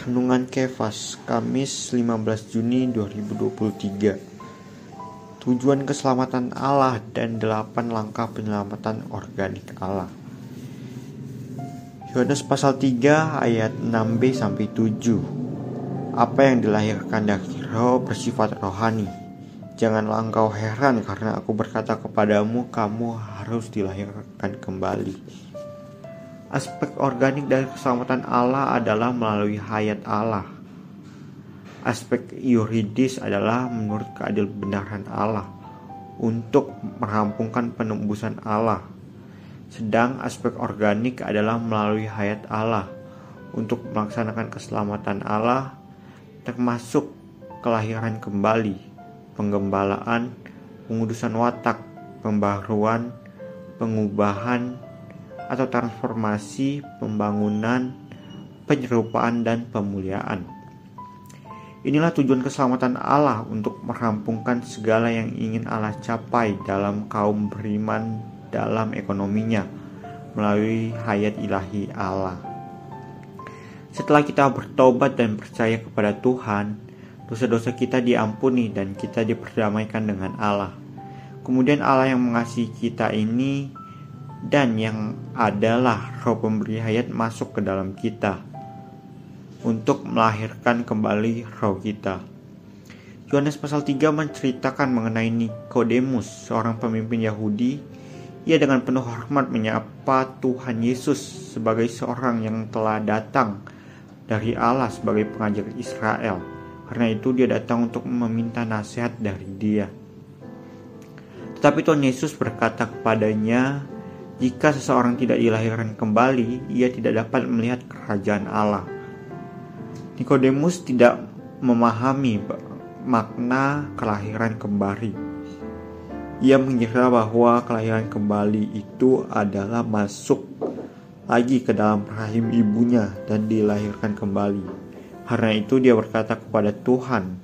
Renungan Kefas, Kamis 15 Juni 2023. Tujuan keselamatan Allah dan 8 langkah penyelamatan organik Allah. Yohanes pasal 3 ayat 6b-7. Apa yang dilahirkan dari roh bersifat rohani. Janganlah engkau heran karena aku berkata kepadamu, kamu harus dilahirkan kembali. Aspek organik dari keselamatan Allah adalah melalui hayat Allah. Aspek yuridis adalah menurut keadilbenaran Allah untuk merampungkan penebusan Allah. Sedang aspek organik adalah melalui hayat Allah untuk melaksanakan keselamatan Allah, termasuk kelahiran kembali, penggembalaan, pengudusan watak, pembaharuan, pengubahan atau transformasi, pembangunan, penyerupaan, dan pemuliaan. Inilah tujuan keselamatan Allah untuk merampungkan segala yang ingin Allah capai dalam kaum beriman dalam ekonominya melalui hayat ilahi Allah. Setelah kita bertobat dan percaya kepada Tuhan, dosa-dosa kita diampuni dan kita diperdamaikan dengan Allah. Kemudian Allah yang mengasihi kita ini dan yang adalah roh pemberi hayat masuk ke dalam kita untuk melahirkan kembali roh kita. Yohanes pasal 3 menceritakan mengenai Nikodemus, seorang pemimpin Yahudi. Ia dengan penuh hormat menyapa Tuhan Yesus sebagai seorang yang telah datang dari Allah sebagai pengajar Israel. Karena itu dia datang untuk meminta nasihat dari dia. Tetapi Tuhan Yesus berkata kepadanya, jika seseorang tidak dilahirkan kembali, ia tidak dapat melihat kerajaan Allah. Nikodemus tidak memahami makna kelahiran kembali. Ia mengira bahwa kelahiran kembali itu adalah masuk lagi ke dalam rahim ibunya dan dilahirkan kembali. Karena itu dia berkata kepada Tuhan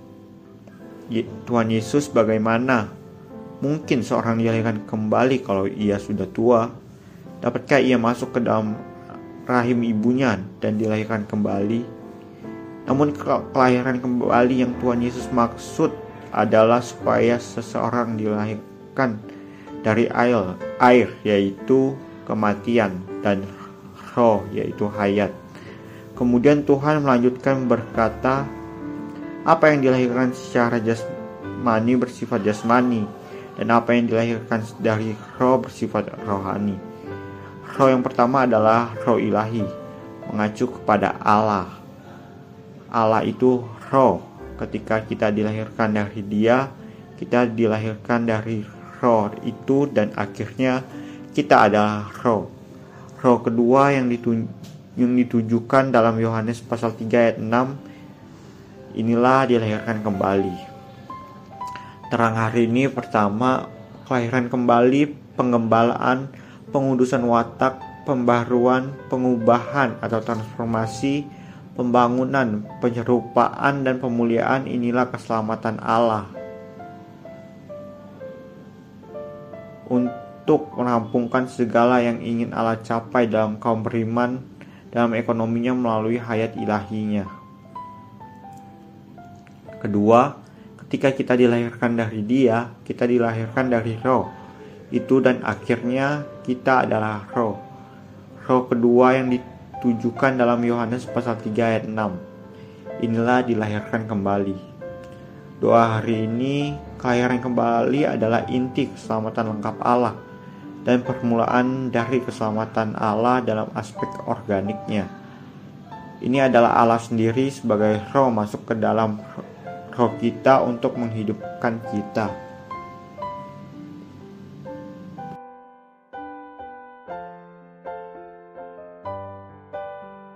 Yesus, bagaimana mungkin seorang dilahirkan kembali kalau ia sudah tua? Dapatkah ia masuk ke dalam rahim ibunya dan dilahirkan kembali? Namun kelahiran kembali yang Tuhan Yesus maksud adalah supaya seseorang dilahirkan dari air yaitu kematian, dan roh yaitu hayat. Kemudian Tuhan melanjutkan berkata, apa yang dilahirkan secara jasmani bersifat jasmani, dan apa yang dilahirkan dari roh bersifat rohani. Roh yang pertama adalah roh ilahi, mengacu kepada Allah. Allah itu roh. Ketika kita dilahirkan dari Dia, kita dilahirkan dari roh itu, dan akhirnya kita adalah roh. Roh kedua yang ditujukan dalam Yohanes pasal 3 ayat 6, inilah dilahirkan kembali. Terang hari ini pertama, kelahiran kembali, penggembalaan, pengudusan watak, pembaharuan, pengubahan atau transformasi, pembangunan, penyerupaan, dan pemuliaan. Inilah keselamatan Allah untuk merampungkan segala yang ingin Allah capai dalam kaum beriman dalam ekonominya melalui hayat ilahinya. Kedua, ketika kita dilahirkan dari Dia, kita dilahirkan dari roh itu, dan akhirnya kita adalah roh. Roh kedua yang ditujukan dalam Yohanes pasal 3 ayat 6. Inilah dilahirkan kembali. Doa hari ini, kelahiran kembali adalah inti keselamatan lengkap Allah dan permulaan dari keselamatan Allah dalam aspek organiknya. Ini adalah Allah sendiri sebagai roh masuk ke dalam roh kita untuk menghidupkan kita.